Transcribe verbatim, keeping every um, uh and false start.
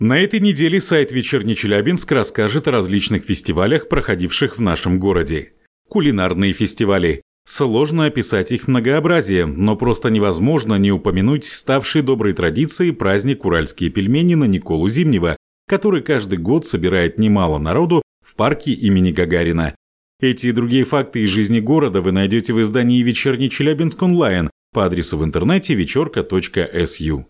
На этой неделе сайт «Вечерний Челябинск» расскажет о различных фестивалях, проходивших в нашем городе. Кулинарные фестивали. Сложно описать их многообразие, но просто невозможно не упомянуть ставший доброй традицией праздник «Уральские пельмени» на Николу Зимнего, который каждый год собирает немало народу в парке имени Гагарина. Эти и другие факты из жизни города вы найдете в издании «Вечерний Челябинск онлайн» по адресу в интернете вечерка точка эс ю.